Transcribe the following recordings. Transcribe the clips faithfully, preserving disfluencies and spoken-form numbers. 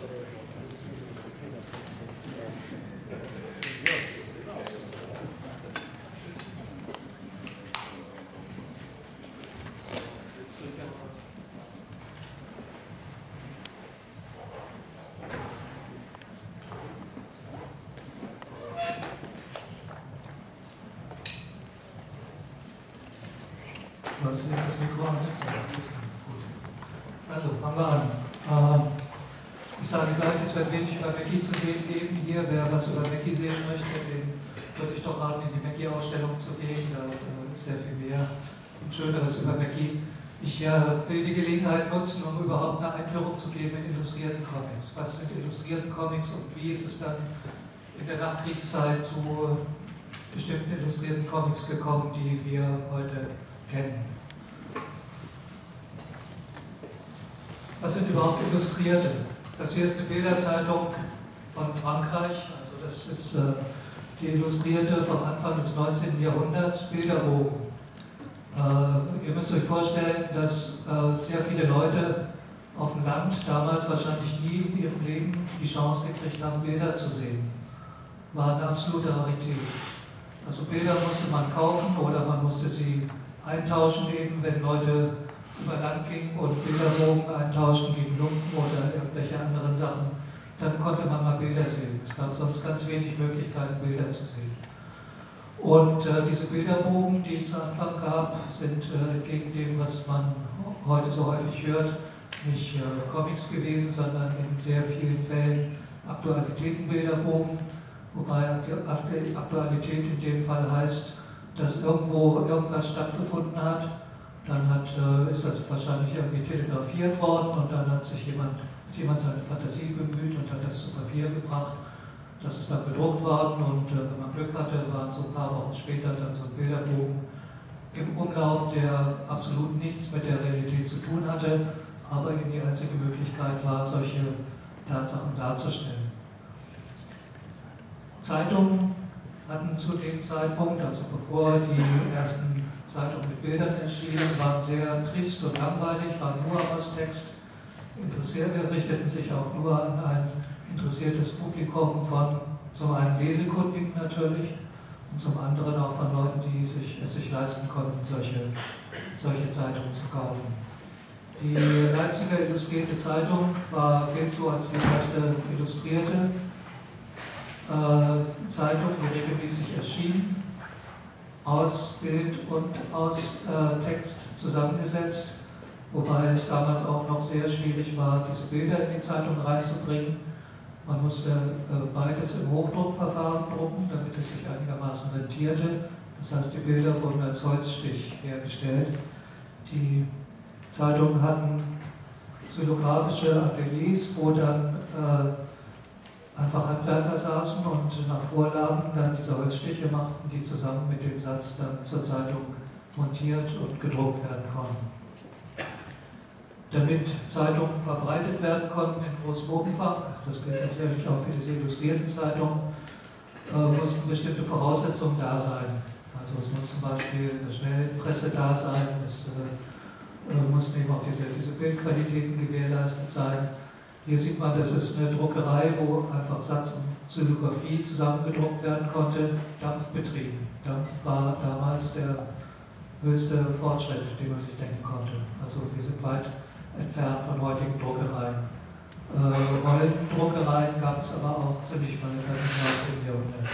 Was nimmt das Mikro an? Das ist gut. Also, fangen wir an. Ähm, ich sage gleich, es wird wenig über Mackie zu sehen geben. Hier, wer was über Mackie sehen möchte, den würde ich doch raten, in die Mackie-Ausstellung zu gehen. Da ist sehr viel mehr und Schöneres über Mackie. Ich äh, will die Gelegenheit nutzen, um überhaupt eine Einführung zu geben in illustrierten Comics. Was sind illustrierte Comics und wie ist es dann in der Nachkriegszeit zu bestimmten illustrierten Comics gekommen, die wir heute kennen? Was sind überhaupt Illustrierte? Das hier ist eine Bilderzeitung von Frankreich, also das ist äh, die Illustrierte vom Anfang des neunzehnten Jahrhunderts, Bilderbogen. Äh, ihr müsst euch vorstellen, dass äh, sehr viele Leute auf dem Land damals wahrscheinlich nie in ihrem Leben die Chance gekriegt haben, Bilder zu sehen. War eine absolute Rarität. Also Bilder musste man kaufen oder man musste sie eintauschen, eben wenn Leute über Land gingen und Bilderbogen eintauschen gegen Lumpen oder irgendwelche anderen Sachen, dann konnte man mal Bilder sehen. Es gab sonst ganz wenig Möglichkeiten, Bilder zu sehen. Und äh, diese Bilderbogen, die es am Anfang gab, sind äh, entgegen dem, was man heute so häufig hört, nicht äh, Comics gewesen, sondern in sehr vielen Fällen Aktualitätenbilderbogen, wobei Aktualität in dem Fall heißt, dass irgendwo irgendwas stattgefunden hat. Dann hat, äh, ist das wahrscheinlich irgendwie telegrafiert worden und dann hat sich jemand, hat jemand seine Fantasie bemüht und hat das zu Papier gebracht. Das ist dann bedruckt worden und äh, wenn man Glück hatte, waren so ein paar Wochen später dann so ein Bilderbogen im Umlauf, der absolut nichts mit der Realität zu tun hatte, aber eben die einzige Möglichkeit war, solche Tatsachen darzustellen. Zeitungen hatten zu dem Zeitpunkt, also bevor die ersten Zeitungen mit Bildern erschienen, waren sehr trist und langweilig, waren nur aus Text, interessiert, richteten sich auch nur an ein interessiertes Publikum von zum einen Lesekundigen natürlich und zum anderen auch von Leuten, die sich, es sich leisten konnten, solche, solche Zeitungen zu kaufen. Die Leipziger Illustrierte Zeitung war, gilt so als die erste illustrierte äh, Zeitung, die regelmäßig erschien, aus Bild und aus äh, Text zusammengesetzt, wobei es damals auch noch sehr schwierig war, diese Bilder in die Zeitung reinzubringen. Man musste äh, beides im Hochdruckverfahren drucken, damit es sich einigermaßen rentierte. Das heißt, die Bilder wurden als Holzstich hergestellt. Die Zeitungen hatten xylographische Ateliers, wo dann äh, einfach Handwerker saßen und nach Vorlagen dann diese Holzstiche machten, die zusammen mit dem Satz dann zur Zeitung montiert und gedruckt werden konnten. Damit Zeitungen verbreitet werden konnten in großem Umfang, das gilt natürlich auch für diese illustrierten Zeitungen, äh, mussten bestimmte Voraussetzungen da sein. Also es muss zum Beispiel eine Schnellpresse da sein, es äh, äh, mussten eben auch diese, diese Bildqualitäten gewährleistet sein. Hier sieht man, das ist eine Druckerei, wo einfach Satz und Xylographie zusammengedruckt werden konnte, dampfbetrieben. Dampf war damals der höchste Fortschritt, den man sich denken konnte. Also wir sind weit entfernt von heutigen Druckereien. Äh, Rollendruckereien gab es aber auch ziemlich bald im neunzehnten Jahrhundert.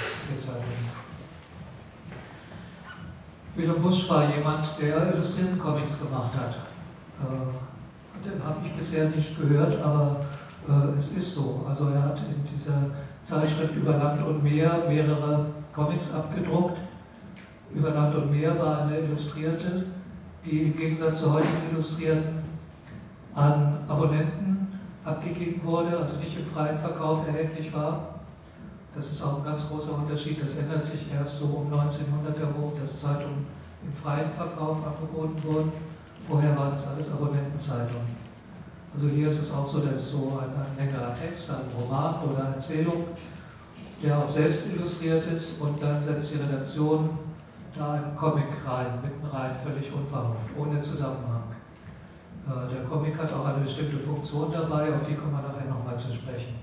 Willem Busch war jemand, der illustrierte Comics gemacht hat. Äh, den habe ich bisher nicht gehört, aber äh, es ist so. Also er hat in dieser Zeitschrift Über Land und Meer mehrere Comics abgedruckt. Über Land und Meer war eine Illustrierte, die im Gegensatz zu heutigen Illustrierten an Abonnenten abgegeben wurde, also nicht im freien Verkauf erhältlich war. Das ist auch ein ganz großer Unterschied, das ändert sich erst so um neunzehnhundert herum, dass Zeitungen im freien Verkauf angeboten wurden. Vorher waren das alles Abonnentenzeitungen. Also hier ist es auch so, dass so ein, ein längerer Text, ein Roman oder eine Erzählung, der auch selbst illustriert ist, und dann setzt die Redaktion da einen Comic rein, mitten rein, völlig unverhofft, ohne Zusammenhang. Der Comic hat auch eine bestimmte Funktion dabei, auf die kommen wir nachher nochmal zu sprechen.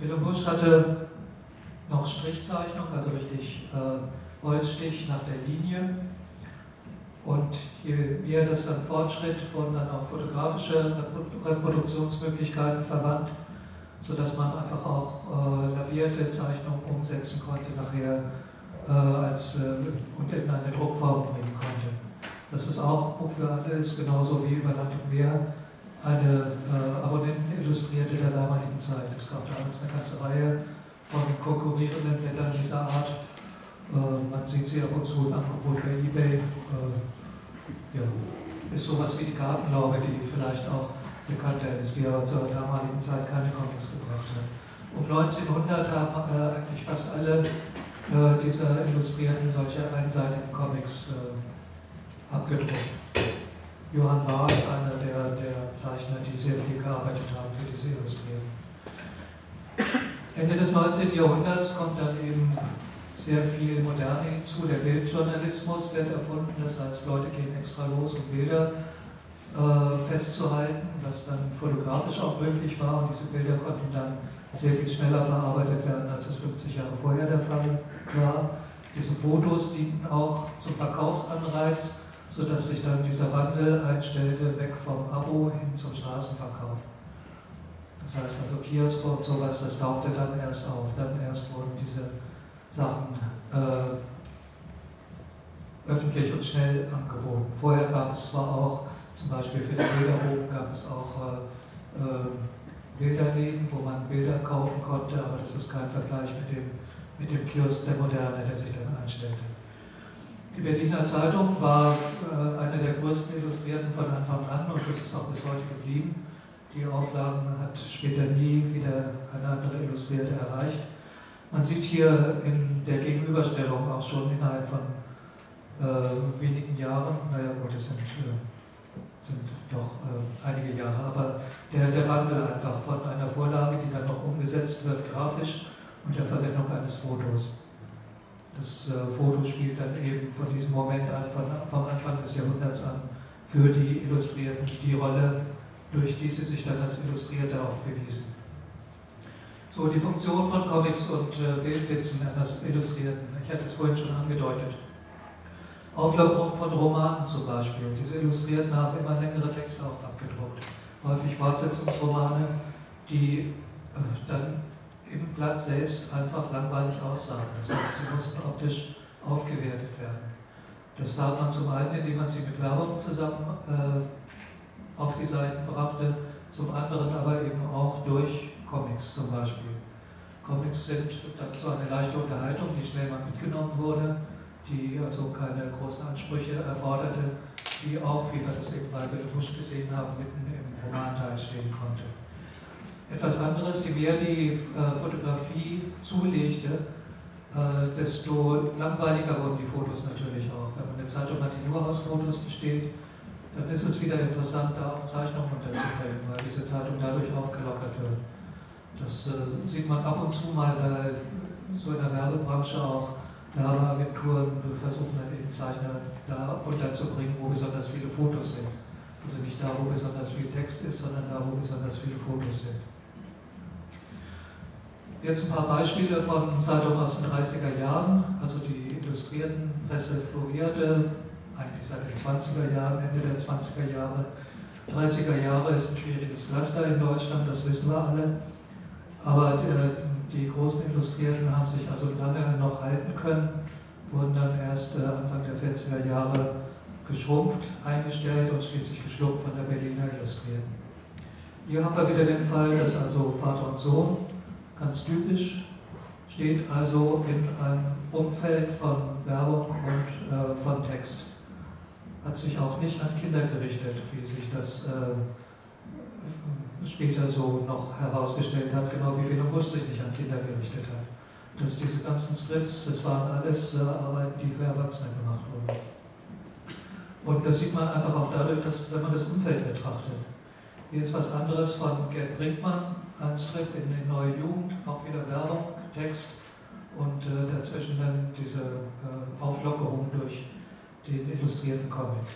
Willem Busch hatte noch Strichzeichnung, also richtig äh, Holzstich nach der Linie. Und je mehr das dann fortschritt, wurden dann auch fotografische Reproduktionsmöglichkeiten verwandt, sodass man einfach auch äh, lavierte Zeichnungen umsetzen konnte nachher äh, als, äh, und in eine Druckform bringen konnte. Das ist auch Buch für alle, ist genauso wie über Land und Meer eine äh, Abonnenten illustrierte der damaligen Zeit. Es gab damals eine ganze Reihe von konkurrierenden Blättern dieser Art. Äh, man sieht sie ab und zu im Angebot bei eBay. Äh, ja, ist sowas wie die Gartenlaube, die vielleicht auch bekannter ist, die aber zur damaligen Zeit keine Comics gebracht hat. Um neunzehnhundert haben äh, eigentlich fast alle äh, dieser Illustrierten solche einseitigen Comics äh, abgedruckt. Johann Bahr ist einer der, der Zeichner, die sehr viel gearbeitet haben für diese Illustrierten. Ende des neunzehnten Jahrhunderts kommt dann eben sehr viel Moderne hinzu. Der Bildjournalismus wird erfunden, das heißt, Leute gehen extra los, um Bilder äh, festzuhalten, was dann fotografisch auch möglich war. Und diese Bilder konnten dann sehr viel schneller verarbeitet werden, als es fünfzig Jahre vorher der Fall war. Diese Fotos dienten auch zum Verkaufsanreiz, sodass sich dann dieser Wandel einstellte, weg vom Abo hin zum Straßenverkauf. Das heißt also Kiosk und sowas, das tauchte dann erst auf, dann erst wurden diese Sachen äh, öffentlich und schnell angeboten. Vorher gab es zwar auch, zum Beispiel für den Bilderbogen gab es auch äh, äh, Bilderläden, wo man Bilder kaufen konnte, aber das ist kein Vergleich mit dem, mit dem Kiosk der Moderne, der sich dann einstellte. Die Berliner Zeitung war äh, eine der größten Illustrierten von Anfang an und das ist auch bis heute geblieben. Die Auflagen hat später nie wieder eine andere Illustrierte erreicht. Man sieht hier in der Gegenüberstellung auch schon innerhalb von äh, wenigen Jahren, naja gut, es sind, äh, sind doch äh, einige Jahre, aber der, der Wandel einfach von einer Vorlage, die dann noch umgesetzt wird grafisch und der Verwendung eines Fotos. Das äh, Foto spielt dann eben von diesem Moment an, von, vom Anfang des Jahrhunderts an, für die Illustrierten die Rolle, durch die sie sich dann als Illustrierte auch bewiesen. So, die Funktion von Comics und äh, Bildwitzen eines Illustrierten. Ich hatte es vorhin schon angedeutet. Auflockerung von Romanen zum Beispiel. Diese Illustrierten haben immer längere Texte auch abgedruckt. Häufig Fortsetzungsromane, die äh, dann im Blatt selbst einfach langweilig aussahen. Das heißt, sie mussten optisch aufgewertet werden. Das tat man zum einen, indem man sie mit Werbung zusammen äh, auf die Seiten brachte, zum anderen aber eben auch durch Comics zum Beispiel. Comics sind dann so eine leichte Unterhaltung, die schnell mal mitgenommen wurde, die also keine großen Ansprüche erforderte, die auch, wie wir das eben bei Willem Busch gesehen haben, mitten im Romanteil stehen konnte. Etwas anderes, je mehr die äh, Fotografie zulegte, äh, desto langweiliger wurden die Fotos natürlich auch. Wenn man eine Zeitung hat, die nur aus Fotos besteht, dann ist es wieder interessant, da auch Zeichnungen unterzubringen, weil diese Zeitung dadurch aufgelockert wird. Das äh, sieht man ab und zu mal, weil so in der Werbebranche auch Werbeagenturen versuchen dann eben Zeichner da unterzubringen, wo besonders viele Fotos sind. Also nicht da, wo besonders viel Text ist, sondern da, wo besonders viele Fotos sind. Jetzt ein paar Beispiele von Zeitungen aus den dreißiger Jahren. Also die Illustriertenpresse florierte eigentlich seit den zwanziger Jahren, Ende der zwanziger Jahre. dreißiger Jahre ist ein schwieriges Pflaster in Deutschland, das wissen wir alle. Aber die, die großen Illustrierten haben sich also lange noch halten können, wurden dann erst Anfang der vierziger Jahre geschrumpft, eingestellt und schließlich geschluckt von der Berliner Illustrierten. Hier haben wir wieder den Fall, dass also Vater und Sohn, ganz typisch, steht also in einem Umfeld von Werbung und äh, von Text. Hat sich auch nicht an Kinder gerichtet, wie sich das äh, später so noch herausgestellt hat, genau wie Willem Busch sich nicht an Kinder gerichtet hat. Dass diese ganzen Strips, das waren alles äh, Arbeiten, die für Erwachsene gemacht wurden. Und das sieht man einfach auch dadurch, dass, wenn man das Umfeld betrachtet. Hier ist was anderes von Gerd Brinkmann, ein Strip in die Neue Jugend, auch wieder Werbung, Text und äh, dazwischen dann diese äh, Auflockerung durch den illustrierten Comic.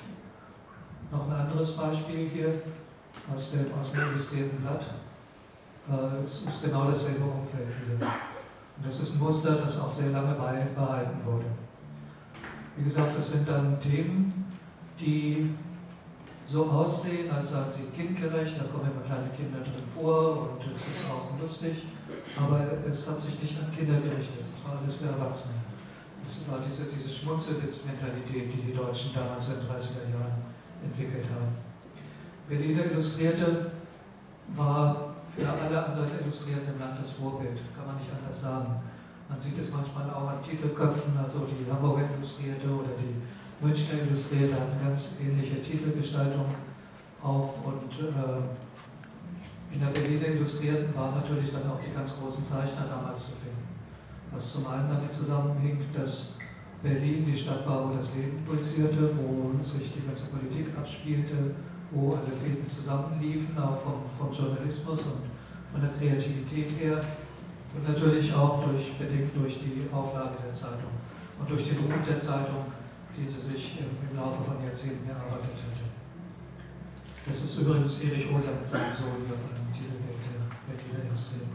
Noch ein anderes Beispiel hier aus dem, aus dem illustrierten Blatt. Äh, das ist genau dasselbe Umfeld wieder. Und das ist ein Muster, das auch sehr lange behalten wurde. Wie gesagt, das sind dann Themen, die so aussehen, als seien sie kindgerecht, da kommen immer kleine Kinder drin vor und es ist auch lustig, aber es hat sich nicht an Kinder gerichtet, es war alles für Erwachsene. Es war diese, diese Schmunzelwitz-Mentalität, die die Deutschen damals in den dreißiger Jahren entwickelt haben. Berliner Illustrierte war für alle anderen Illustrierten im Land das Vorbild, kann man nicht anders sagen. Man sieht es manchmal auch an Titelköpfen, also die Hamburger Illustrierte oder die Münchner Illustrierte haben eine ganz ähnliche Titelgestaltung auch und äh, in der Berliner Illustrierten waren natürlich dann auch die ganz großen Zeichner damals zu finden. Was zum einen damit zusammenhing, dass Berlin die Stadt war, wo das Leben pulsierte, wo sich die ganze Politik abspielte, wo alle Fäden zusammenliefen, auch vom, vom Journalismus und von der Kreativität her und natürlich auch durch, bedingt durch die Auflage der Zeitung und durch den Ruf der Zeitung, die sie sich im Laufe von Jahrzehnten erarbeitet hatte. Das ist übrigens Erich Oser mit seinem Sohn hier von dem Titelbild der Berliner Illustrierten.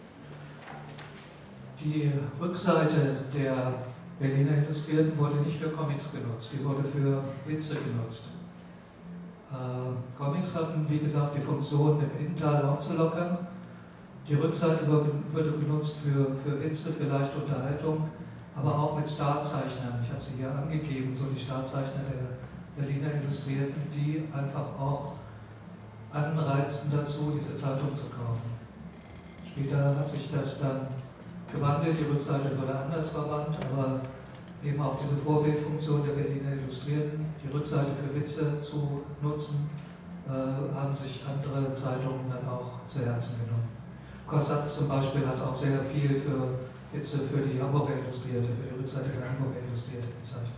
Die Rückseite der Berliner Illustrierten wurde nicht für Comics genutzt, die wurde für Witze genutzt. Äh, Comics hatten, wie gesagt, die Funktion, im Innenteil aufzulockern. Die Rückseite wurde benutzt für, für Witze, für leichte Unterhaltung, aber auch mit Startzeichnern. Ich habe sie hier angegeben, so die Startzeichner der Berliner Illustrierten, die einfach auch anreizten dazu, diese Zeitung zu kaufen. Später hat sich das dann gewandelt, die Rückseite wurde anders verwandt, aber eben auch diese Vorbildfunktion der Berliner Illustrierten, die Rückseite für Witze zu nutzen, äh, haben sich andere Zeitungen dann auch zu Herzen genommen. Kossatz zum Beispiel hat auch sehr viel für Witze für die Hamburger Illustrierte, für die Rückseite der Hamburger Illustrierte gezeichnet.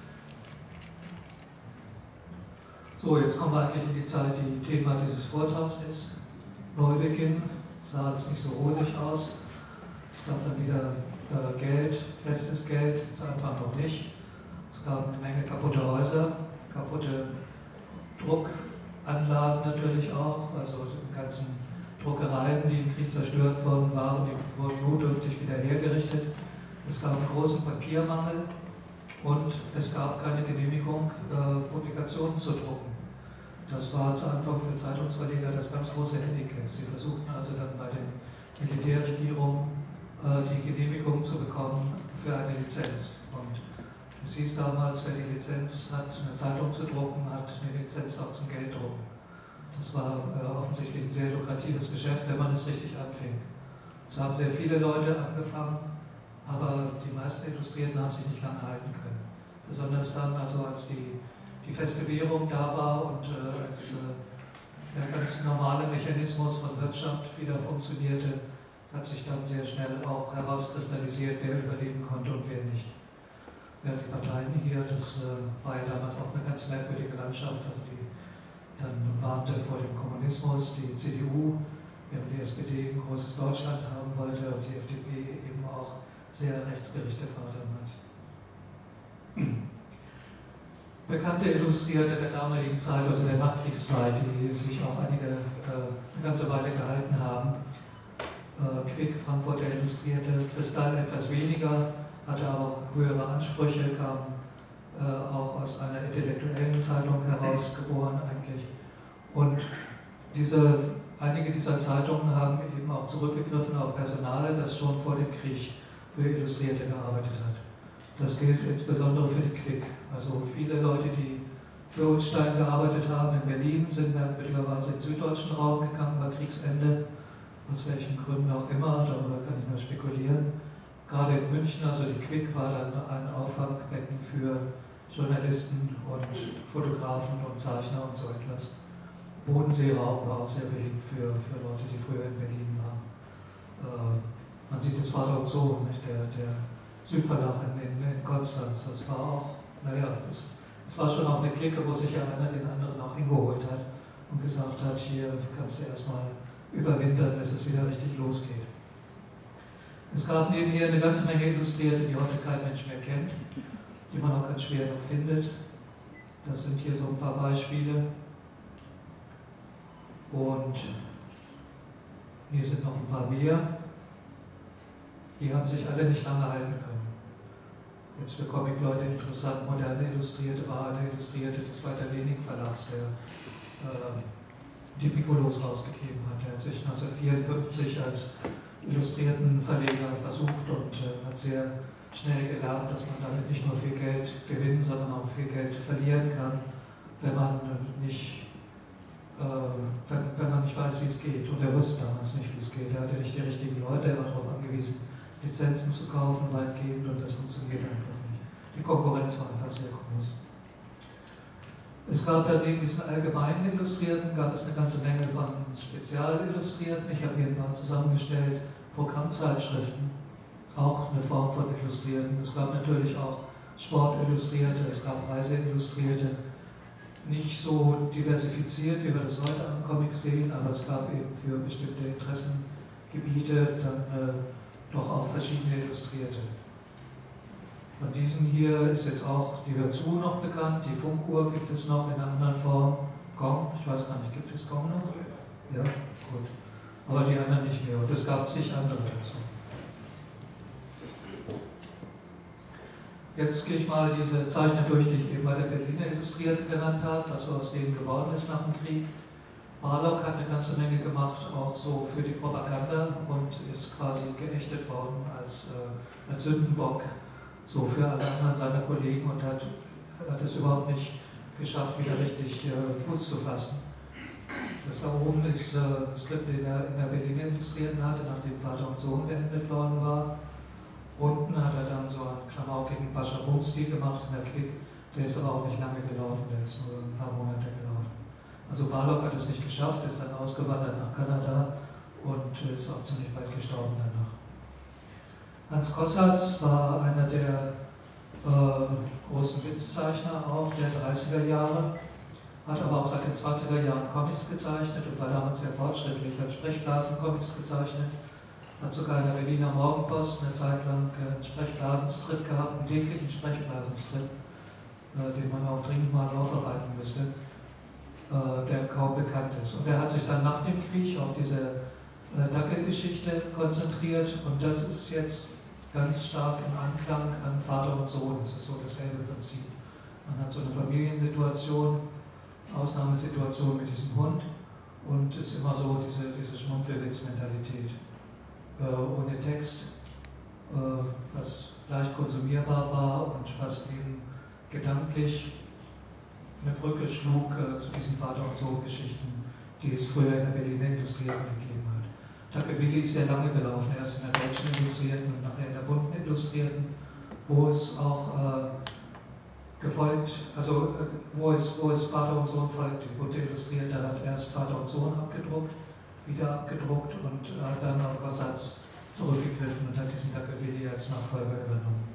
So, jetzt kommen wir eigentlich in die Zeit, die Thema dieses Vortrags ist. Neubeginn, sah alles nicht so rosig aus. Es gab dann wieder äh, Geld, festes Geld, zu Anfang noch nicht. Es gab eine Menge kaputte Häuser, kaputte Druckanlagen natürlich auch, also die ganzen Druckereien, die im Krieg zerstört worden waren, die wurden notdürftig wieder hergerichtet. Es gab einen großen Papiermangel und es gab keine Genehmigung, äh, Publikationen zu drucken. Das war zu Anfang für Zeitungsverleger das ganz große Handicap. Sie versuchten also dann bei den Militärregierungen äh, die Genehmigung zu bekommen für eine Lizenz. Und es hieß damals, wer die Lizenz hat, eine Zeitung zu drucken, hat eine Lizenz auch zum Gelddrucken. Das war äh, offensichtlich ein sehr lukratives Geschäft, wenn man es richtig anfing. Es haben sehr viele Leute angefangen, aber die meisten Illustrierten haben sich nicht lange halten können. Besonders dann, also als die, die feste Währung da war und äh, als äh, der ganz normale Mechanismus von Wirtschaft wieder funktionierte, hat sich dann sehr schnell auch herauskristallisiert, wer überleben konnte und wer nicht. Ja, die Parteien hier, das äh, war ja damals auch eine ganz merkwürdige Landschaft. Also die dann warnte vor dem Kommunismus, die C D U, während die S P D ein großes Deutschland haben wollte und die F D P eben auch sehr rechtsgerichtet war damals. Bekannte Illustrierte der damaligen Zeit, also der Nachkriegszeit, die sich auch einige äh, eine ganze Weile gehalten haben. Äh, Quick, Frankfurter Illustrierte, Kristall etwas weniger, hatte auch höhere Ansprüche, kam äh, auch aus einer intellektuellen Zeitung herausgeboren eigentlich. Und diese, einige dieser Zeitungen haben eben auch zurückgegriffen auf Personal, das schon vor dem Krieg für Illustrierte gearbeitet hat. Das gilt insbesondere für die Quick. Also viele Leute, die für Ulstein gearbeitet haben in Berlin, sind merkwürdigerweise in den süddeutschen Raum gegangen bei Kriegsende, aus welchen Gründen auch immer, darüber kann ich nur spekulieren. Gerade in München, also die Quick war dann ein Auffangbecken für Journalisten und Fotografen und Zeichner und so etwas. Bodenseeraum war auch sehr beliebt für, für Leute, die früher in Berlin waren. Äh, man sieht das Vater und Sohn, nicht? Der, der Südverlag in, in, in Konstanz, das war auch, naja, es, es war schon auch eine Clique, wo sich ja einer den anderen auch hingeholt hat und gesagt hat, hier kannst du erstmal überwintern, bis es wieder richtig losgeht. Es gab neben hier eine ganze Menge Illustrierte, die heute kein Mensch mehr kennt, die man auch ganz schwer noch findet. Das sind hier so ein paar Beispiele. Und Hier sind noch ein paar mehr. Die haben sich alle nicht lange halten können. Jetzt für Comic-Leute interessant, moderne Illustrierte war eine Illustrierte des Walter Lening Verlags, der äh, die Piccolos rausgegeben hat. Er hat sich neunzehnhundertvierundfünfzig als Illustriertenverleger versucht und äh, hat sehr schnell gelernt, dass man damit nicht nur viel Geld gewinnen, sondern auch viel Geld verlieren kann, wenn man nicht, äh, wenn, wenn man nicht weiß, wie es geht. Und er wusste damals nicht, wie es geht. Er hatte nicht die richtigen Leute, er war darauf angewiesen, Lizenzen zu kaufen, weitgehend, und das funktioniert einfach nicht. Die Konkurrenz war einfach sehr groß. Es gab dann neben diesen allgemeinen Illustrierten, gab es eine ganze Menge von Spezialillustrierten. Ich habe hier ein paar zusammengestellt, Programmzeitschriften, auch eine Form von Illustrierten. Es gab natürlich auch Sportillustrierte, es gab Reiseillustrierte. Nicht so diversifiziert, wie wir das heute an Comics sehen, aber es gab eben für bestimmte Interessengebiete dann äh, doch auch verschiedene Illustrierte. Von diesen hier ist jetzt auch die Hör zu noch bekannt, die Funkuhr gibt es noch in einer anderen Form. Gong, ich weiß gar nicht, gibt es Gong noch? Ja, gut. Aber die anderen nicht mehr, und es gab zig andere dazu. Jetzt gehe ich mal diese Zeichner durch, die ich eben bei der Berliner Illustrierten genannt habe, was so aus denen geworden ist nach dem Krieg. Barlog hat eine ganze Menge gemacht, auch so für die Propaganda, und ist quasi geächtet worden als, äh, als Sündenbock, so für alle anderen seiner Kollegen, und hat, hat es überhaupt nicht geschafft, wieder richtig äh, Fuß zu fassen. Das da oben ist äh, ein Skript, den er in der Berliner Illustrierten hatte, nachdem Vater und Sohn beendet worden war. Unten hat er dann so einen klamaukigen Pascha-Bum-Stil gemacht in der Quick, der ist aber auch nicht lange gelaufen, der ist nur ein paar Monate gelaufen. Also Barlog hat es nicht geschafft, ist dann ausgewandert nach Kanada und ist auch ziemlich bald gestorben danach. Hans Kossatz war einer der äh, großen Witzzeichner auch der dreißiger Jahre, hat aber auch seit den zwanziger Jahren Comics gezeichnet und war damals sehr fortschrittlich, hat Sprechblasen-Comics gezeichnet, hat sogar in der Berliner Morgenpost eine Zeit lang einen Sprechblasenstrip gehabt, einen täglichen Sprechblasenstrip, äh, den man auch dringend mal aufarbeiten müsste, äh, der kaum bekannt ist. Und er hat sich dann nach dem Krieg auf diese äh, Dackelgeschichte konzentriert, und das ist jetzt ganz stark im Anklang an Vater und Sohn. Das ist so dasselbe Prinzip. Man hat so eine Familiensituation, Ausnahmesituation mit diesem Hund, und ist immer so diese, diese Schmunzelwitz-Mentalität. Äh, ohne Text, äh, was leicht konsumierbar war und was eben gedanklich eine Brücke schlug äh, zu diesen Vater- und Sohn-Geschichten, die es früher in der Berliner Illustrierten gegeben hat. Dacke Willi ist sehr lange gelaufen, erst in der deutschen Illustrierten und nachher in der bunten Illustrierten, wo es auch äh, gefolgt, also äh, wo, es, wo es Vater und Sohn folgt. Die bunte Illustrierte hat erst Vater und Sohn abgedruckt, wieder abgedruckt und hat dann auf Kossatz zurückgegriffen und hat diesen Dacke Willi als Nachfolger übernommen.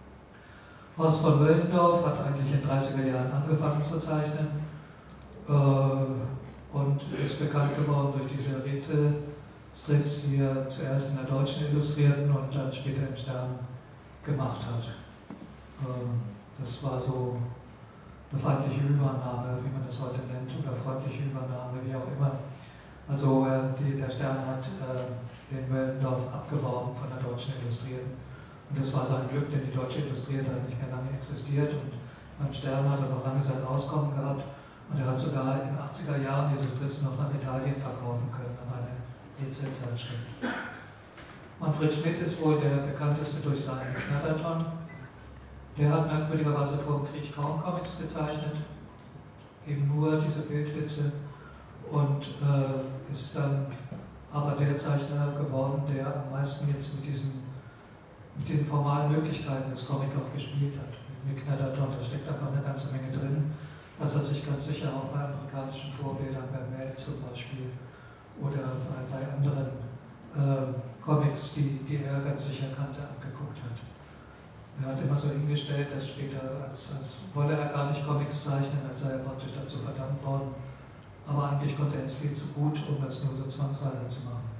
Horst von Wöllendorf hat eigentlich in den dreißiger Jahren angefangen zu zeichnen äh, und ist bekannt geworden durch diese Rätselstrips, die er zuerst in der deutschen Illustrierten und dann später im Stern gemacht hat. Äh, das war so eine feindliche Übernahme, wie man das heute nennt, oder freundliche Übernahme, wie auch immer. Also äh, die, der Stern hat äh, den Wöllendorf abgeworben von der deutschen Illustrierten. Und das war sein Glück, denn die deutsche Illustrierte hat nicht mehr lange existiert, und beim Stern hat er noch lange sein Auskommen gehabt, und er hat sogar in den achtziger Jahren diese Strips noch nach Italien verkaufen können, an eine Rätselzeitschrift. Manfred Schmidt ist wohl der bekannteste durch seinen Knatterton. Der hat merkwürdigerweise vor dem Krieg kaum Comics gezeichnet, eben nur diese Bildwitze, und äh, ist dann aber der Zeichner geworden, der am meisten jetzt mit, diesem, mit den formalen Möglichkeiten des Comic auch gespielt hat. Mit Knatterton, da steckt einfach eine ganze Menge drin, was er sich ganz sicher auch bei amerikanischen Vorbildern, bei Mel zum Beispiel, oder bei, bei anderen äh, Comics, die, die er ganz sicher kannte, abgeguckt hat. Er hat immer so hingestellt, dass später, als, als wolle er gar nicht Comics zeichnen, als sei er praktisch dazu verdammt worden. Aber eigentlich konnte er es viel zu gut, um das nur so zwangsweise zu machen.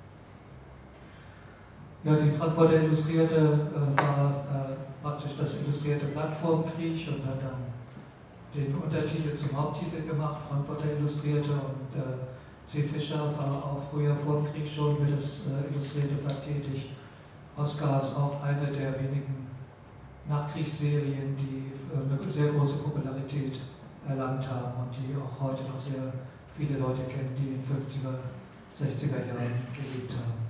Ja, die Frankfurter Illustrierte äh, war äh, praktisch das illustrierte Blatt vorm Krieg und hat dann den Untertitel zum Haupttitel gemacht, Frankfurter Illustrierte, und äh, C. Fischer war auch früher vor dem Krieg schon für das äh, Illustrierte Blatt tätig. Oscar ist auch eine der wenigen Nachkriegsserien, die äh, eine sehr große Popularität erlangt haben und die auch heute noch sehr viele Leute kennen, die in den fünfziger, sechziger Jahren gelebt haben.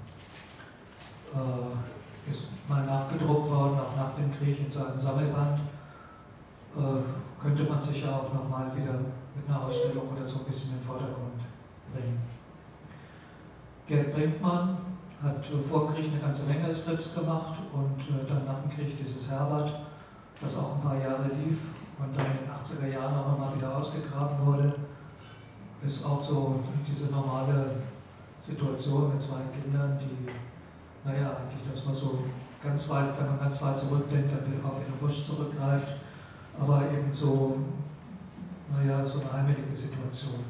Äh, ist mal nachgedruckt worden, auch nach dem Krieg in so einem Sammelband. Äh, könnte man sicher auch nochmal wieder mit einer Ausstellung oder so ein bisschen in den Vordergrund bringen. Gerd Brinkmann hat vor dem Krieg eine ganze Menge Strips gemacht und äh, dann nach dem Krieg dieses Herbert, das auch ein paar Jahre lief und dann in den achtziger Jahren auch nochmal wieder ausgegraben wurde. Ist auch so diese normale Situation mit zwei Kindern, die, naja, eigentlich, dass man so ganz weit, wenn man ganz weit zurückdenkt, dann wieder auf ihre Busch zurückgreift, aber eben so, naja, so eine heimelige Situation.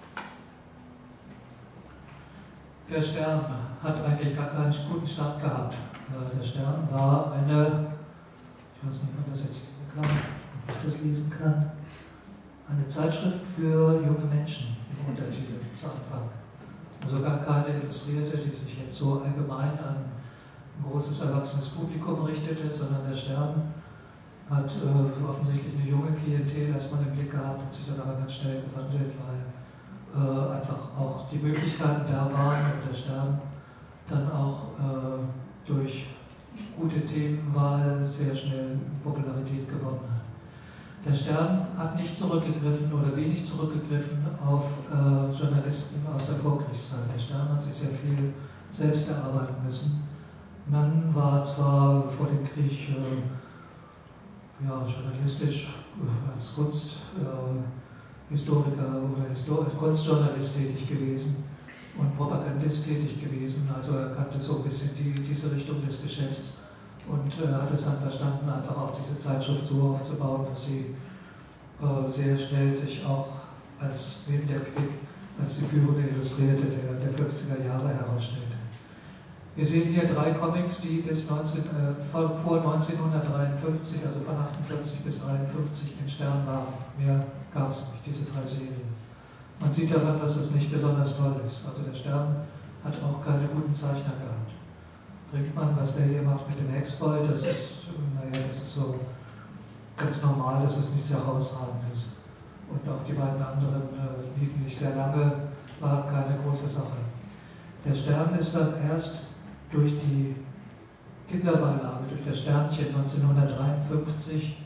Der Stern hat eigentlich gar keinen guten Start gehabt. Der Stern war eine, ich weiß nicht, ob man das jetzt lesen kann, ob ich das lesen kann, eine Zeitschrift für junge Menschen im Untertitel zu Anfang. Also gar keine Illustrierte, die sich jetzt so allgemein an ein großes erwachsenes Publikum richtete, sondern der Stern hat äh, offensichtlich eine junge Klientel erstmal im Blick gehabt, hat sich dann aber ganz schnell gewandelt, weil äh, einfach auch die Möglichkeiten da waren und der Stern dann auch äh, durch gute Themenwahl sehr schnell Popularität gewonnen hat. Der Stern hat nicht zurückgegriffen oder wenig zurückgegriffen auf äh, Journalisten aus der Vorkriegszeit. Der Stern hat sich sehr viel selbst erarbeiten müssen. Mann war zwar vor dem Krieg äh, ja, journalistisch äh, als Kunsthistoriker äh, oder Histor Kunstjournalist tätig gewesen und Propagandist tätig gewesen. Also er kannte so ein bisschen die, diese Richtung des Geschäfts und äh, hat es dann verstanden, einfach auch diese Zeitschrift so aufzubauen, dass sie äh, sehr schnell sich auch als neben der Quick als die führende Illustrierte der, der fünfziger Jahre herausstellte. Wir sehen hier drei Comics, die bis neunzehn, äh, vor neunzehnhundertdreiundfünfzig, also von achtundvierzig bis neunundfünfzig im Stern waren. Mehr gab es nicht, diese drei Serien. Man sieht daran, dass es nicht besonders toll ist. Also der Stern hat auch keine guten Zeichner gehabt. Brinkmann, was der hier macht mit dem Hexboy, das ist, naja, das ist so ganz normal, das ist nichts Herausragendes. Und auch die beiden anderen äh, liefen nicht sehr lange, war keine große Sache. Der Stern ist dann erst durch die Kinderbeilage, durch das Sternchen neunzehnhundertdreiundfünfzig,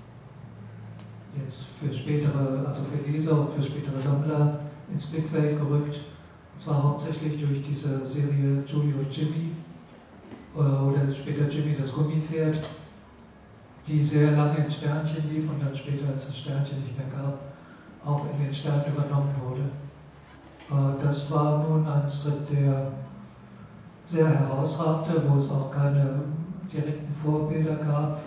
jetzt für spätere, also für Leser und für spätere Sammler ins Blickfeld gerückt. Und zwar hauptsächlich durch diese Serie Julie und Jimmy, oder später Jimmy das Gummipferd, die sehr lange in Sternchen lief und dann später, als es Sternchen nicht mehr gab, auch in den Stern übernommen wurde. Das war nun ein Strip, der sehr herausragte, wo es auch keine direkten Vorbilder gab.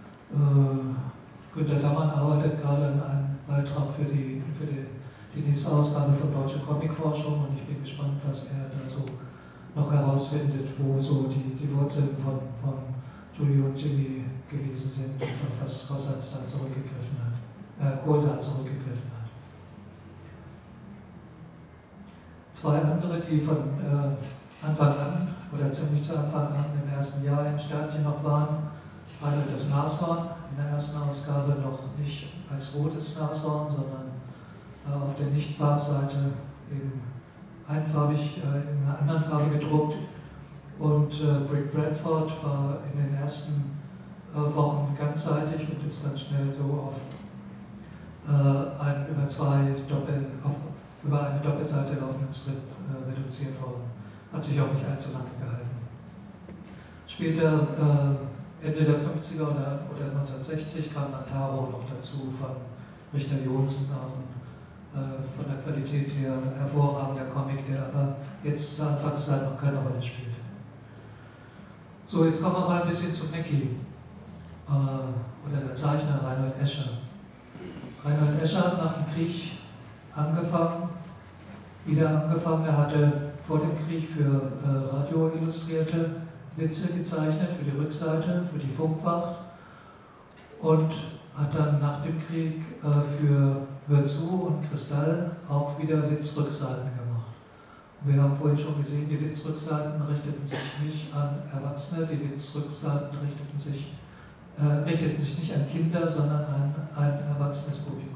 Günter Dammann arbeitet gerade an einem Beitrag für die, für die, die nächste Ausgabe von Deutsche Comicforschung und ich bin gespannt, was er da so noch herausfindet, wo so die, die Wurzeln von, von Julie und Jimmy gewesen sind und auf was Kossatz dann zurückgegriffen hat, äh, Kohlsaat zurückgegriffen hat. Zwei andere, die von äh, Anfang an oder ziemlich zu Anfang an im ersten Jahr im Sternchen noch waren, einmal das Nashorn, in der ersten Ausgabe noch nicht als rotes Nashorn, sondern äh, auf der Nicht-Farbseite eben einfarbig äh, in einer anderen Farbe gedruckt. Und äh, Brick Bradford war in den ersten äh, Wochen ganzseitig und ist dann schnell so auf, äh, ein, über, zwei Doppel, auf, über eine Doppelseite laufenden Strip äh, reduziert worden. Hat sich auch nicht allzu lange gehalten. Später, äh, Ende der fünfziger oder, oder neunzehnhundertsechzig, kam Nataro noch dazu von Richter Johnsen, auch von der Qualität her hervorragender Comic, der aber jetzt zur Anfangszeit noch keine Rolle spielte. So, jetzt kommen wir mal ein bisschen zu Mackie, äh, oder der Zeichner Reinhold Escher. Reinhold Escher hat nach dem Krieg angefangen, wieder angefangen, er hatte vor dem Krieg für äh, Radio Illustrierte Witze gezeichnet, für die Rückseite, für die Funkwacht und hat dann nach dem Krieg äh, für Hör zu und Kristall auch wieder Witzrückseiten gemacht. Wir haben vorhin schon gesehen, die Witzrückseiten richteten sich nicht an Erwachsene, die Witzrückseiten richteten sich, äh, richteten sich nicht an Kinder, sondern an ein erwachsenes Publikum.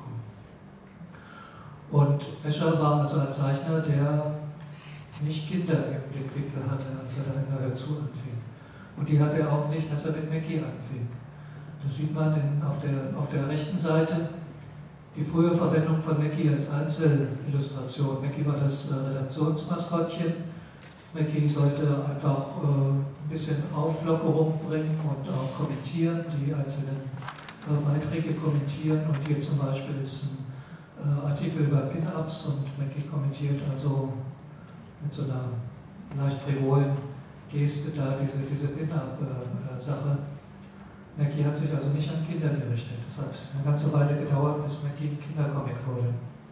Und Escher war also ein Zeichner, der nicht Kinder im Blickwinkel hatte, als er da in der Hörzu anfing. Und die hatte er auch nicht, als er mit Mackie anfing. Das sieht man in, auf, der, auf der rechten Seite, die frühe Verwendung von Mackie als Einzelillustration. Mackie war das äh, Redaktionsmaskottchen. Mackie sollte einfach äh, ein bisschen Auflockerung bringen und auch kommentieren, die einzelnen äh, Beiträge kommentieren. Und hier zum Beispiel ist ein äh, Artikel über Pin-Ups und Mackie kommentiert also mit so einer leicht frivolen Geste da diese, diese Pin-Up-Sache. Mackie hat sich also nicht an Kinder gerichtet. Es hat eine ganze Weile gedauert, bis Mackie ein Kindercomic wurde.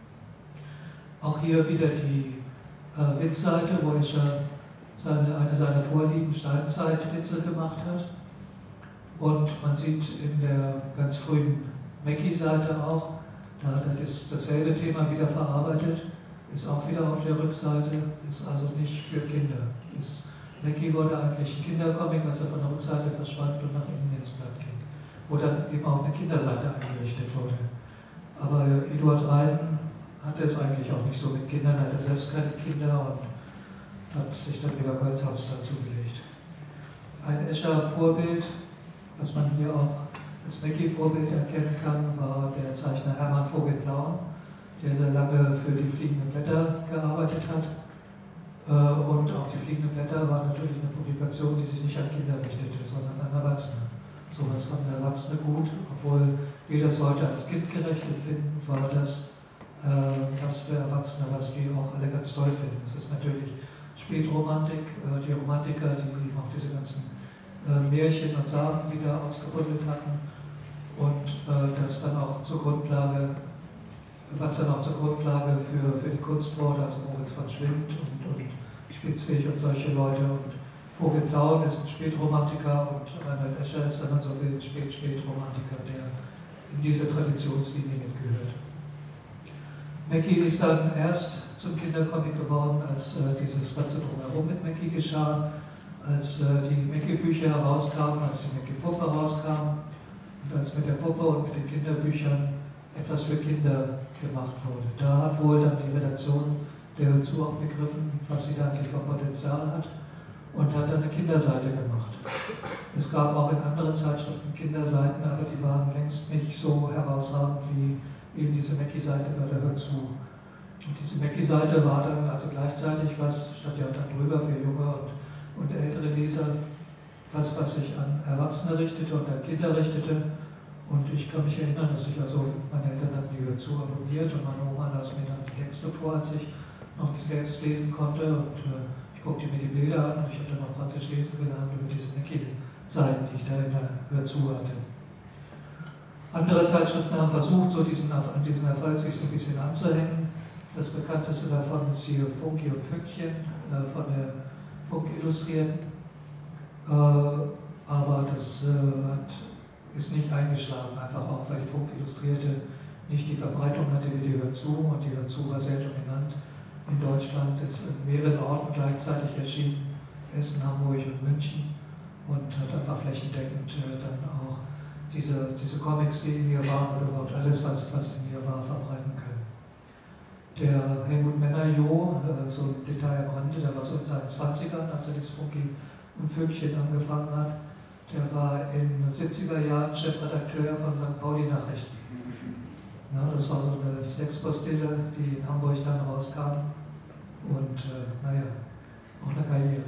Auch hier wieder die äh, Witzseite, wo Escher seine, eine seiner Vorlieben Steinzeitwitze gemacht hat. Und man sieht in der ganz frühen Mackie-Seite auch, da hat er das, dasselbe Thema wieder verarbeitet, ist auch wieder auf der Rückseite, ist also nicht für Kinder. Ist, Mackie wurde eigentlich ein Kindercomic, als er von der Rückseite verschwand und nach innen ins Blatt ging, wo dann eben auch eine Kinderseite eingerichtet wurde. Aber Eduard Reiden hatte es eigentlich auch nicht so mit Kindern, er hatte selbst keine Kinder und hat sich dann wieder Goldhamster zugelegt. Ein Escher-Vorbild, was man hier auch als Mackie-Vorbild erkennen kann, war der Zeichner Hermann Vogel-Blauen, der sehr lange für die Fliegenden Blätter gearbeitet hat. Und auch die Fliegenden Blätter war natürlich eine Publikation, die sich nicht an Kinder richtete, sondern an Erwachsene. So was fanden Erwachsene gut, obwohl wir das heute als kindgerecht empfinden, war das äh, was für Erwachsene, was die auch alle ganz toll finden. Es ist natürlich Spätromantik, äh, die Romantiker, die eben auch diese ganzen äh, Märchen und Sagen wieder ausgebuddelt hatten und äh, das dann auch zur Grundlage was dann auch zur Grundlage für, für die Kunst wurde, also Moritz von Schwind und, und Spitzweg und solche Leute. Und Vogel-Blauen ist ein Spätromantiker und Reinhold Escher ist, wenn man so will, ein Spät-Spätromantiker, der in diese Traditionslinie mitgehört. Mackie ist dann erst zum Kindercomic geworden, als äh, dieses ganze Drumherum mit Mackie geschah, als äh, die Mackie-Bücher herauskamen, als die Mackie-Puppe herauskam und als mit der Puppe und mit den Kinderbüchern etwas für Kinder gemacht wurde. Da hat wohl dann die Redaktion der Hörzu auch begriffen, was sie da eigentlich für Potenzial hat und hat dann eine Kinderseite gemacht. Es gab auch in anderen Zeitschriften Kinderseiten, aber die waren längst nicht so herausragend wie eben diese Mackie-Seite bei der Hörzu. Und diese Mackie-Seite war dann also gleichzeitig was, stand ja dann drüber für junge und, und ältere Leser, was, was sich an Erwachsene richtete und an Kinder richtete. Und ich kann mich erinnern, dass ich also, meine Eltern hatten die Hörzu abonniert und meine Oma las mir dann die Texte vor, als ich noch nicht selbst lesen konnte. Und äh, ich guckte mir die Bilder an und ich habe dann auch praktisch lesen gelernt über diese Mackie-Seiten, die ich da in der Hörzu hatte. Andere Zeitschriften haben versucht, so diesen, an diesen Erfolg sich so ein bisschen anzuhängen. Das bekannteste davon ist hier Funky und Fünkchen äh, von der Funk Illustrierten. Äh, aber das äh, hat ist nicht eingeschlagen, einfach auch, weil die Funk Illustrierte nicht die Verbreitung hatte wie die Hörzu und die Hörzu war sehr dominant in Deutschland, ist in mehreren Orten gleichzeitig erschienen, Essen, Hamburg und München und hat einfach flächendeckend äh, dann auch diese, diese Comics, die in ihr waren oder überhaupt alles, was, was in ihr war, verbreiten können. Der Helmut Menner-Jo, äh, so ein Detail am Rande, der war so in seinen zwanzigern, als er das Funky und Vögelchen angefangen hat. Der war in den siebziger Jahren Chefredakteur von Sankt Pauli-Nachrichten. Ja, das war so eine Sechspostille, die in Hamburg dann rauskam. Und äh, naja, auch eine Karriere.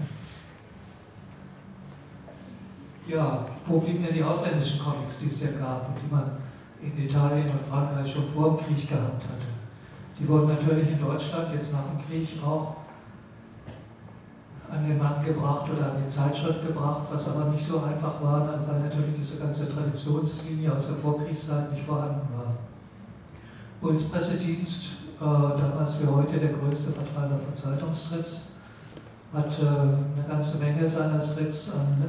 Ja, wo blieben denn die ausländischen Comics, die es ja gab und die man in Italien und Frankreich schon vor dem Krieg gehabt hatte? Die wurden natürlich in Deutschland jetzt nach dem Krieg auch an den Mann gebracht oder an die Zeitschrift gebracht, was aber nicht so einfach war, weil natürlich diese ganze Traditionslinie aus der Vorkriegszeit nicht vorhanden war. Bulls Pressedienst, äh, damals wie heute der größte Vertreiber von Zeitungsstrips, hat äh, eine ganze Menge seiner Strips an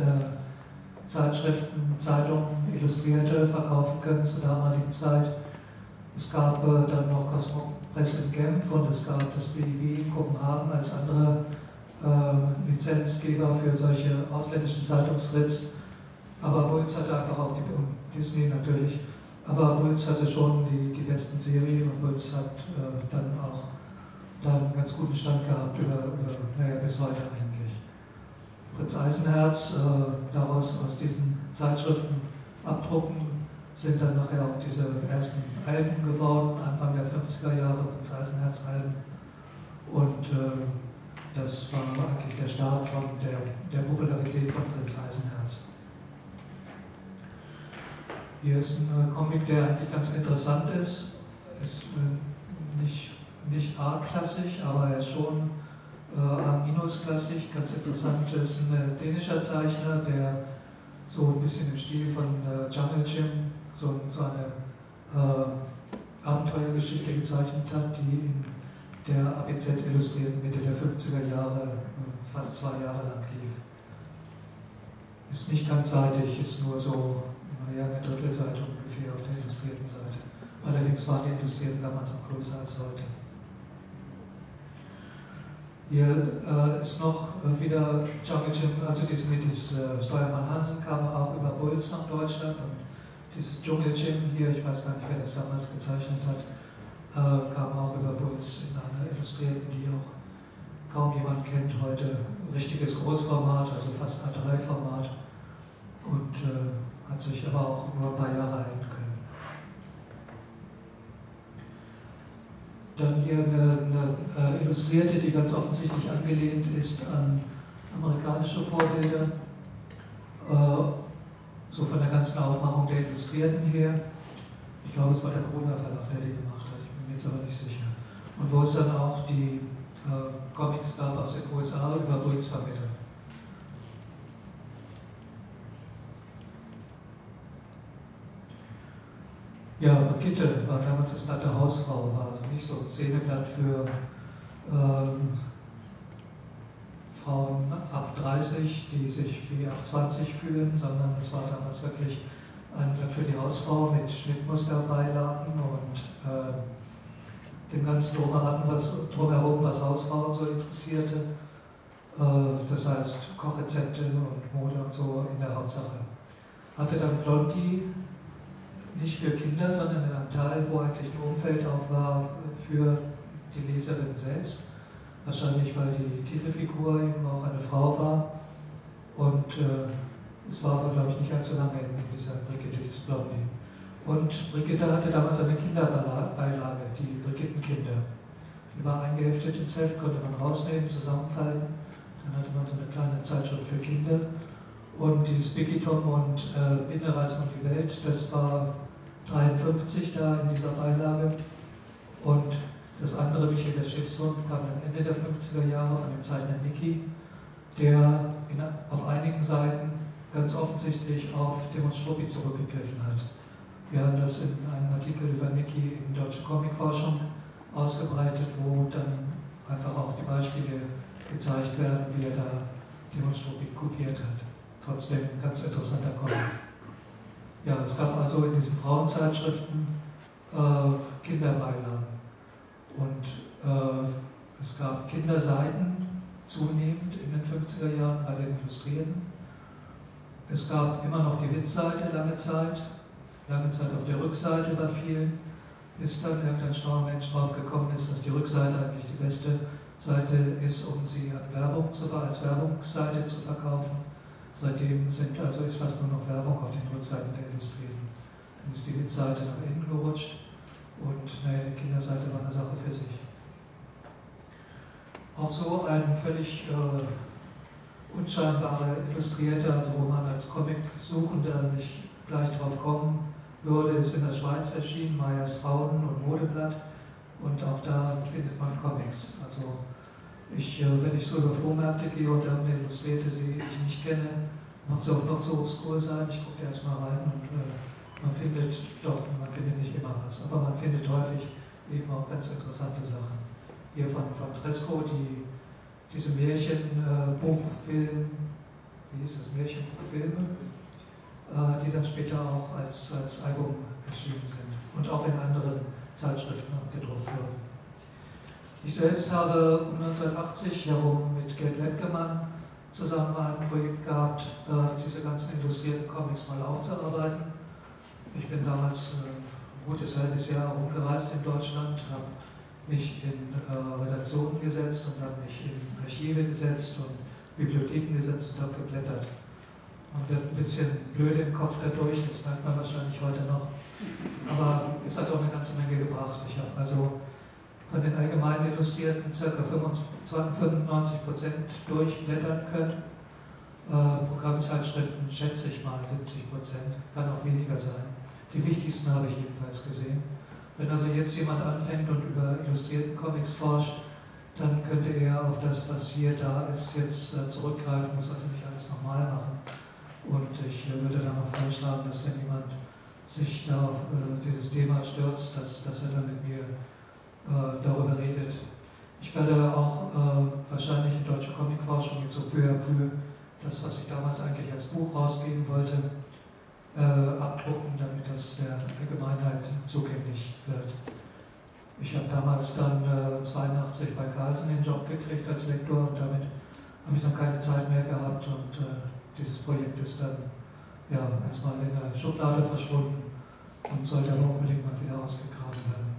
äh, Zeitschriften, Zeitungen, Illustrierte verkaufen können zur damaligen Zeit. Es gab äh, dann noch Cosmo Press in Genf und es gab das B I W in Kopenhagen als andere äh, Lizenzgeber für solche ausländischen Zeitungsstrips. Aber Bulls hatte einfach auch, die, und Disney natürlich, aber Bulls hatte schon die, die besten Serien und Bulls hat äh, dann auch dann einen ganz guten Stand gehabt über, über naja, bis heute eigentlich. Prinz Eisenherz, äh, daraus aus diesen Zeitschriften abdrucken, sind dann nachher auch diese ersten Alben geworden, Anfang der fünfziger Jahre, Prinz Eisenherz Alben. Und äh, das war eigentlich der Start von der, der Popularität von Prinz Eisenherz. Hier ist ein Comic, der eigentlich ganz interessant ist. Ist äh, nicht, nicht A-klassig, aber er ist schon äh, A-klassig. Ganz interessant ist ein äh, dänischer Zeichner, der so ein bisschen im Stil von äh, Jungle Jim so, so eine äh, Abenteuergeschichte gezeichnet hat, die in der A B Z Illustrierten Mitte der fünfziger Jahre äh, fast zwei Jahre lang lief. Ist nicht ganzseitig, ist nur so naja, eine Drittelseite ungefähr auf der illustrierten Seite. Allerdings waren die Illustrierten damals auch größer als heute. Hier äh, ist noch äh, wieder Jungle Jim, also dieses, dieses äh, Steuermann Hansen kam auch über Bulls nach Deutschland und dieses Dschungel Jim hier, ich weiß gar nicht, wer das damals gezeichnet hat, äh, kam auch über Bulls in einer Illustrierten, die auch kaum jemand kennt heute. Richtiges Großformat, also fast A drei Format und äh, hat sich aber auch nur ein paar Jahre halten können. Dann hier eine, eine äh, Illustrierte, die ganz offensichtlich angelehnt ist an amerikanische Vorbilder, äh, so von der ganzen Aufmachung der Illustrierten her. Ich glaube, es war der Gruner Verlag, der die gemacht hat, ich bin mir jetzt aber nicht sicher. Und wo es dann auch die äh, Comics gab aus den U S A über Bulls vermittelt. Ja, Brigitte war damals das Blatt der Hausfrau, war also nicht so ein Szeneblatt für ähm, Frauen ab dreißig, die sich wie ab zwanzig fühlen, sondern es war damals wirklich ein Blatt für die Hausfrau mit Schnittmusterbeilagen und äh, dem ganzen Drumherum, was, drumherum, was Hausfrauen so interessierte. Äh, das heißt Kochrezepte und Mode und so in der Hauptsache. Hatte dann Blondie, nicht für Kinder, sondern in einem Teil, wo eigentlich ein Umfeld auch war für die Leserin selbst. Wahrscheinlich, weil die Titelfigur eben auch eine Frau war. Und äh, es war aber, glaube ich, nicht allzu lange in dieser Brigitte, dieses Blondie. Und Brigitte hatte damals eine Kinderbeilage, die Brigittenkinder. Die war eingeheftet ins Heft, konnte man rausnehmen, zusammenfalten. Dann hatte man so eine kleine Zeitschrift für Kinder. Und dieses Biggie Tom und äh, Bindereisen um die Welt, das war dreiundfünfzig da in dieser Beilage. Und das andere, Michael der Schiffshund, kam am Ende der fünfziger Jahre von dem Zeichner Niki, der in, auf einigen Seiten ganz offensichtlich auf Tim und Struppi zurückgegriffen hat. Wir haben das in einem Artikel über Niki in Deutsche Comicforschung ausgebreitet, wo dann einfach auch die Beispiele gezeigt werden, wie er da Tim und Struppi kopiert hat. Trotzdem ein ganz interessanter Comic. Ja, es gab also in diesen Frauenzeitschriften äh, Kinderbeilagen. Und äh, es gab Kinderseiten zunehmend in den fünfziger Jahren bei den Illustrierten. Es gab immer noch die Witzseite lange Zeit, lange Zeit auf der Rückseite bei vielen, bis dann irgendein schlauer Mensch drauf gekommen ist, dass die Rückseite eigentlich die beste Seite ist, um sie an Werbung zu, als Werbungsseite zu verkaufen. Seitdem sind, also ist fast nur noch Werbung auf den Rückseiten der Illustrierten. Dann ist die Witzseite nach innen gerutscht und naja, die Kinderseite war eine Sache für sich. Auch so ein völlig äh, unscheinbarer Illustrierter, also wo man als Comic-Suchender nicht gleich drauf kommen würde, ist in der Schweiz erschienen, Meyers Frauen- und Modeblatt. Und auch da findet man Comics. Also ich, wenn ich so über Flohmärkte gehe und irgendeine Illustrierte sehe, die ich nicht kenne, macht sie auch noch so obskur sein. Ich gucke erst mal rein und äh, man findet doch, man findet nicht immer was, aber man findet häufig eben auch ganz interessante Sachen. Hier von, von Tresco, die, diese Märchenbuchfilme, äh, wie hieß das, Märchenbuchfilme, äh, die dann später auch als, als Album erschienen sind und auch in anderen Zeitschriften abgedruckt wurden. Ich selbst habe um neunzehnhundertachtzig herum mit Gerd Lemkemann zusammen ein Projekt gehabt, diese ganzen illustrierten Comics mal aufzuarbeiten. Ich bin damals ein gutes halbes Jahr herumgereist in Deutschland, habe mich in Redaktionen gesetzt und habe mich in Archive gesetzt und Bibliotheken gesetzt und habe geblättert. Man wird ein bisschen blöd im Kopf dadurch, das merkt man wahrscheinlich heute noch. Aber es hat auch eine ganze Menge gebracht. Ich habe also von den allgemein Illustrierten ca. fünfundneunzig Prozent durchblättern können. Äh, Programmzeitschriften schätze ich mal siebzig Prozent, kann auch weniger sein. Die wichtigsten habe ich jedenfalls gesehen. Wenn also jetzt jemand anfängt und über illustrierten Comics forscht, dann könnte er auf das, was hier da ist, jetzt äh, zurückgreifen, muss also nicht alles nochmal machen. Und ich äh, würde dann auch vorschlagen, dass wenn jemand sich da auf äh, dieses Thema stürzt, dass, dass er dann mit mir äh, darüber redet. Ich werde auch äh, wahrscheinlich in deutsche Comicforschung jetzt so peu à peu das, was ich damals eigentlich als Buch rausgeben wollte, äh, abdrucken, damit das der Allgemeinheit zugänglich wird. Ich habe damals dann äh, zweiundachtzig bei Carlsen den Job gekriegt als Lektor und damit habe ich dann keine Zeit mehr gehabt und äh, dieses Projekt ist dann ja, erstmal in der Schublade verschwunden und sollte aber unbedingt mal wieder ausgegraben werden.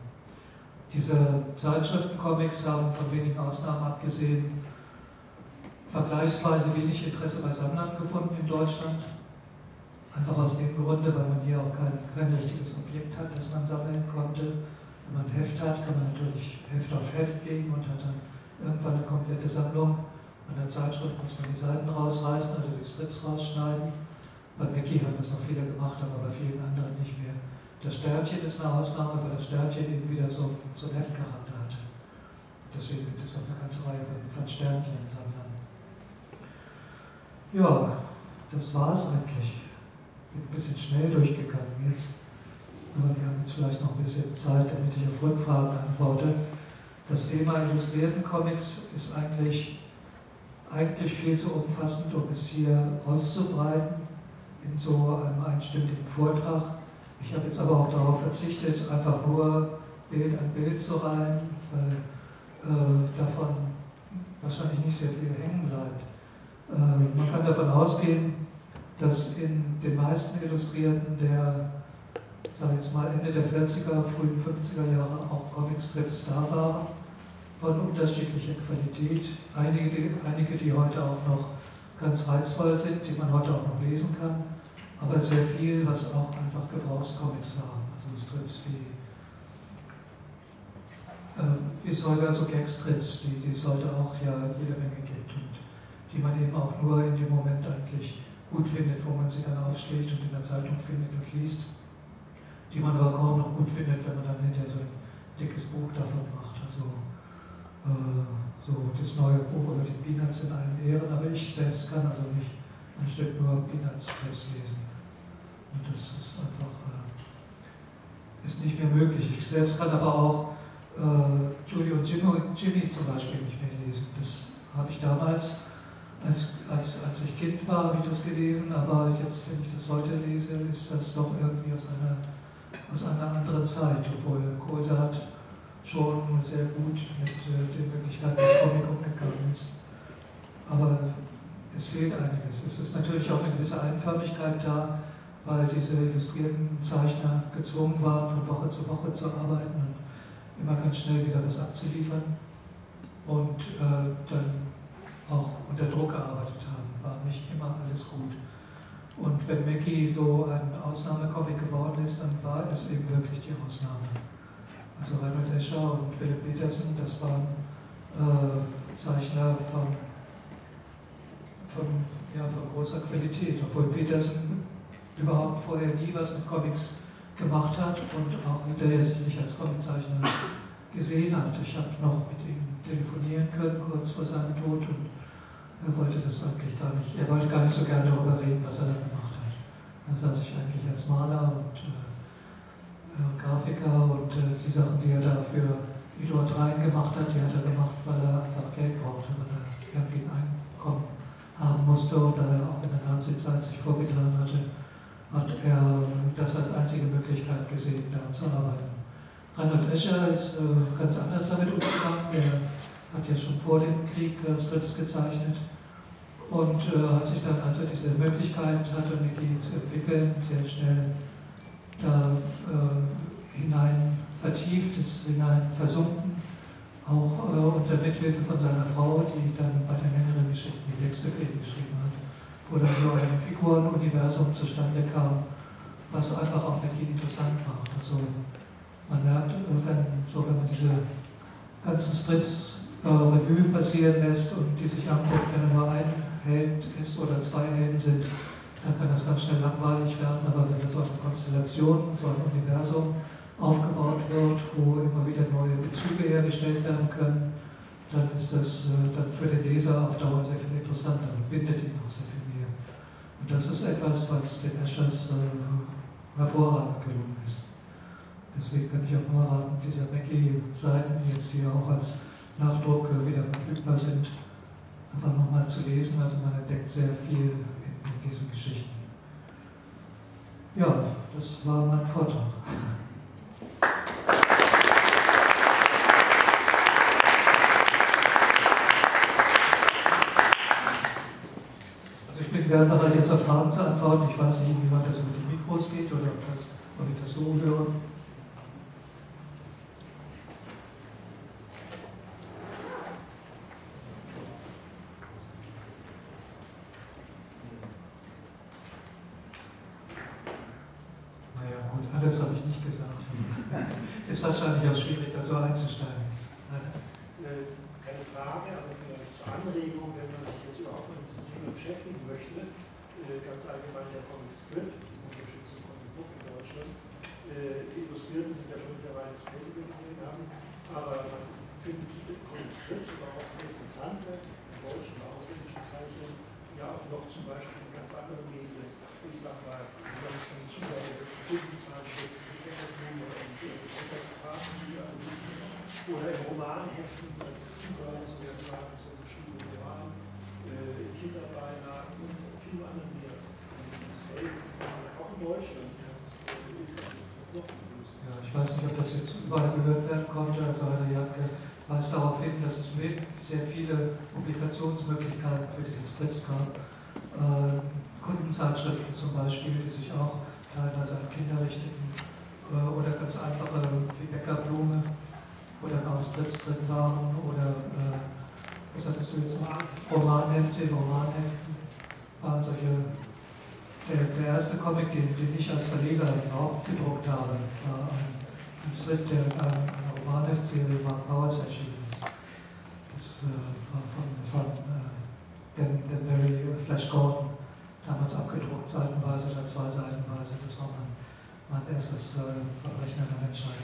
Diese Zeitschriftencomics haben von wenigen Ausnahmen abgesehen vergleichsweise wenig Interesse bei Sammlern gefunden in Deutschland. Einfach aus dem Grunde, weil man hier auch kein, kein richtiges Objekt hat, das man sammeln konnte. Wenn man ein Heft hat, kann man natürlich Heft auf Heft legen und hat dann irgendwann eine komplette Sammlung. Bei der Zeitschrift muss man die Seiten rausreißen oder die Strips rausschneiden. Bei Mackie haben das noch viele gemacht, aber bei vielen anderen nicht mehr. Das Sternchen ist eine Ausnahme, weil das Sternchen eben wieder so, so einen Heftcharakter hatte. Deswegen gibt es auch eine ganze Reihe von Sternchen-Sammlern. Ja, das war es eigentlich. Ich bin ein bisschen schnell durchgegangen jetzt. Aber wir haben jetzt vielleicht noch ein bisschen Zeit, damit ich auf Rückfragen antworte. Das Thema illustrierten Comics ist eigentlich, eigentlich viel zu umfassend, um es hier auszubreiten in so einem einstündigen Vortrag. Ich habe jetzt aber auch darauf verzichtet, einfach nur Bild an Bild zu reihen, weil äh, davon wahrscheinlich nicht sehr viel hängen bleibt. Äh, man kann davon ausgehen, dass in den meisten Illustrierten der, sage ich jetzt mal, Ende der vierziger, frühen fünfziger Jahre auch Comicstrips da waren, von unterschiedlicher Qualität. Einige die, einige, die heute auch noch ganz reizvoll sind, die man heute auch noch lesen kann, aber sehr viel, was auch einfach Gebrauchscomics waren, also Strips wie, äh, wie es heute, also Gagstrips, die, die es heute auch ja jede Menge gibt und die man eben auch nur in dem Moment eigentlich gut findet, wo man sie dann aufschlägt und in der Zeitung findet und liest, die man aber kaum noch gut findet, wenn man dann hinterher so ein dickes Buch davon macht. Also äh, so das neue Buch über die Peanuts in allen Ehren, aber ich selbst kann also nicht ein Stück nur Peanuts selbst lesen. Und das ist einfach äh, ist nicht mehr möglich. Ich selbst kann aber auch äh, Julie und Jimmy, Jimmy zum Beispiel nicht mehr lesen. Das habe ich damals Als, als, als ich Kind war, habe ich das gelesen, aber jetzt, wenn ich das heute lese, ist das doch irgendwie aus einer, aus einer anderen Zeit, obwohl Kohlse hat schon sehr gut mit äh, den Möglichkeiten des Comic umgegangen ist. Aber es fehlt einiges. Es ist natürlich auch eine gewisse Einförmigkeit da, weil diese illustrierten Zeichner gezwungen waren, von Woche zu Woche zu arbeiten und immer ganz schnell wieder was abzuliefern und äh, dann auch unter Druck gearbeitet haben, war nicht immer alles gut. Und wenn Mackie so ein Ausnahmecomic geworden ist, dann war es eben wirklich die Ausnahme. Also Reinhold Escher und Philipp Petersen, das waren äh, Zeichner von, von, ja, von großer Qualität, obwohl Petersen überhaupt vorher nie was mit Comics gemacht hat und auch hinterher sich nicht als Comiczeichner gesehen hat. Ich habe noch mit ihm telefonieren können, kurz vor seinem Tod, und er wollte das eigentlich gar nicht, er wollte gar nicht so gerne darüber reden, was er da gemacht hat. Er sah sich eigentlich als Maler und äh, Grafiker und äh, die Sachen, die er da für Eduard Rein gemacht hat, die hat er gemacht, weil er einfach Geld brauchte, weil er irgendwie ein Einkommen haben musste und da er auch in der Nazi-Zeit sich vorgetan hatte, hat er das als einzige Möglichkeit gesehen, da zu arbeiten. Reinhold Escher ist äh, ganz anders damit umgegangen. Er hat ja schon vor dem Krieg äh, Strips gezeichnet und äh, hat sich dann, als er diese Möglichkeit hatte, Mickey zu entwickeln, sehr schnell da äh, hinein vertieft, ist hinein versunken, auch äh, unter Mithilfe von seiner Frau, die dann bei den längeren Geschichten die Texte für ihn geschrieben hat, wo dann so ein Figurenuniversum zustande kam, was einfach auch Mickey interessant macht. Also man merkt, wenn, so, wenn man diese ganzen Strips äh, Revue passieren lässt und die sich anguckt, wenn er nur ein Held ist oder zwei Helden sind, dann kann das ganz schnell langweilig werden, aber wenn so eine Konstellation, so ein Universum aufgebaut wird, wo immer wieder neue Bezüge hergestellt werden können, dann ist das äh, dann für den Leser auf Dauer sehr viel interessanter und bindet ihn auch sehr viel mehr. Und das ist etwas, was den Eschers äh, hervorragend gelungen ist. Deswegen kann ich auch nur raten, diese Mackie-Seiten, jetzt hier auch als Nachdruck äh, wieder verfügbar sind, einfach nochmal zu lesen. Also man entdeckt sehr viel in, in diesen Geschichten. Ja, das war mein Vortrag. Also ich bin gern bereit, jetzt auf Fragen zu antworten. Ich weiß nicht, wie weit das mit den Mikros geht oder ob, das, ob ich das so höre. Das habe ich nicht gesagt. Es ist wahrscheinlich auch schwierig, da so einzusteigen. Keine Frage, aber vielleicht zur Anregung, wenn man sich jetzt überhaupt mit diesem Thema beschäftigen möchte, ganz allgemein der Comic Strip, Unterstützung von dem Buch in Deutschland. Die Illustrierten sind ja schon ein sehr weites Feld, wie wir gesehen haben, aber man findet die Comic Strips aber auch sehr interessante deutsche und ausländische Zeichnungen, ja auch noch zum Beispiel in ganz anderen Medien. Ich sage mal, die ganzen Zugabe der Business-Zeitschriften, die Entertainment und Alltagsparten, die sie anbieten, oder in Romanheften als Zugabe sozusagen zum geschriebenen Roman, äh, Kinderbeilagen und vielen anderen mehr. Das Feld, auch in Deutschland, ja, ist ja noch gelöst. Ja, ich weiß nicht, ob das jetzt überall gehört werden konnte. Also Herr Janke weist darauf hin, dass es sehr viele Publikationsmöglichkeiten für diese Strips gab. Äh, Kundenzeitschriften zum Beispiel, die sich auch teilweise an Kinder richteten, äh, oder ganz einfache wie Bäckerblume, wo dann auch Strips drin waren, oder äh, was hattest du jetzt noch? Romanhefte, Romanheften waren solche. Der, der erste Comic, den, den ich als Verleger auch gedruckt habe, war ein, ein Strip, der in einer, einer Romanheftserie Mark Powers erschienen ist. Das äh, war von, von äh, Dan, Dan Barry, äh, Flash Gordon, damals abgedruckt, seitenweise oder zwei seitenweise. Das war mein, mein erstes äh, Verbrechen an der Menschheit.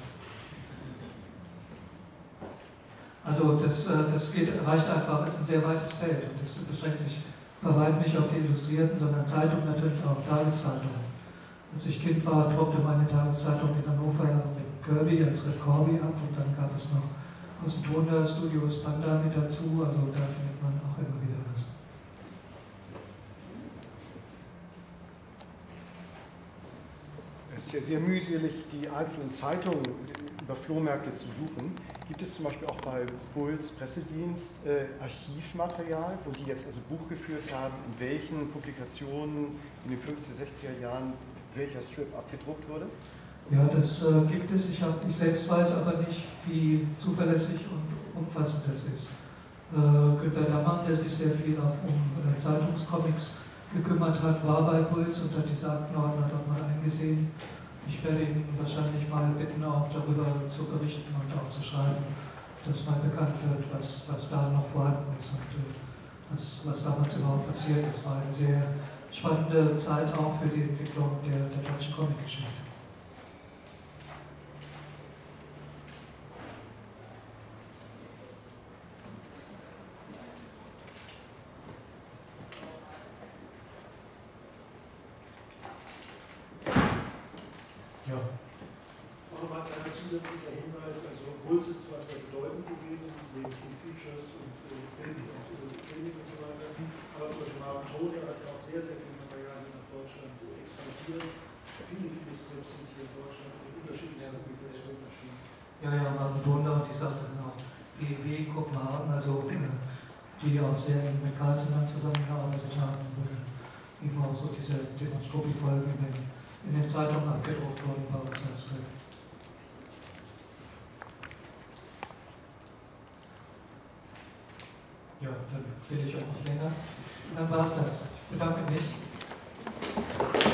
Also das, äh, das geht, reicht einfach, ist ein sehr weites Feld und das beschränkt sich bei weitem nicht auf die Illustrierten, sondern Zeitungen natürlich auch, Tageszeitungen. Als ich Kind war, druckte meine Tageszeitung in Hannover mit Kirby als Red Corby ab und dann gab es noch aus dem Tonstudios Panda mit dazu, also da findet man auch immer wieder was. Es ist ja sehr mühselig, die einzelnen Zeitungen über Flohmärkte zu suchen. Gibt es zum Beispiel auch bei Bulls Pressedienst äh, Archivmaterial, wo die jetzt also Buch geführt haben, in welchen Publikationen in den fünfziger, sechziger Jahren welcher Strip abgedruckt wurde? Ja, das äh, gibt es. Ich, hab, ich selbst weiß aber nicht, wie zuverlässig und umfassend das ist. Äh, Günter Dammann, der sich sehr viel auch um äh, Zeitungscomics gekümmert hat, war bei Bulls und hat diese Aktenordner dort mal eingesehen. Ich werde ihn wahrscheinlich mal bitten, auch darüber zu berichten und auch zu schreiben, dass mal bekannt wird, was, was da noch vorhanden ist und äh, was, was damals überhaupt passiert ist. Es war eine sehr spannende Zeit auch für die Entwicklung der, der deutschen Comicgeschichte. Ja. Auch nochmal ein kleiner zusätzlicher Hinweis, also Bulls ist zwar sehr bedeutend gewesen, neben den Features und Filmen und Filmen und so weiter, aber zum Beispiel Marvin Tode hat ja auch sehr, sehr viel Material nach Deutschland exportiert. Viele, viele Strips sind hier in Deutschland in unterschiedlichen Publikationen erschienen. Ja, ja, Martin Donner, und die sagte dann auch, G E W, Kopenhagen, also die auch sehr eng mit Karlsruhe zusammengearbeitet haben, wo eben auch so diese Demonstropie-Folgen in den, in den Zeitungen abgedruckt wurden bei uns als Skript. Ja, dann will ich auch nicht länger. Dann war es das. Ich bedanke mich.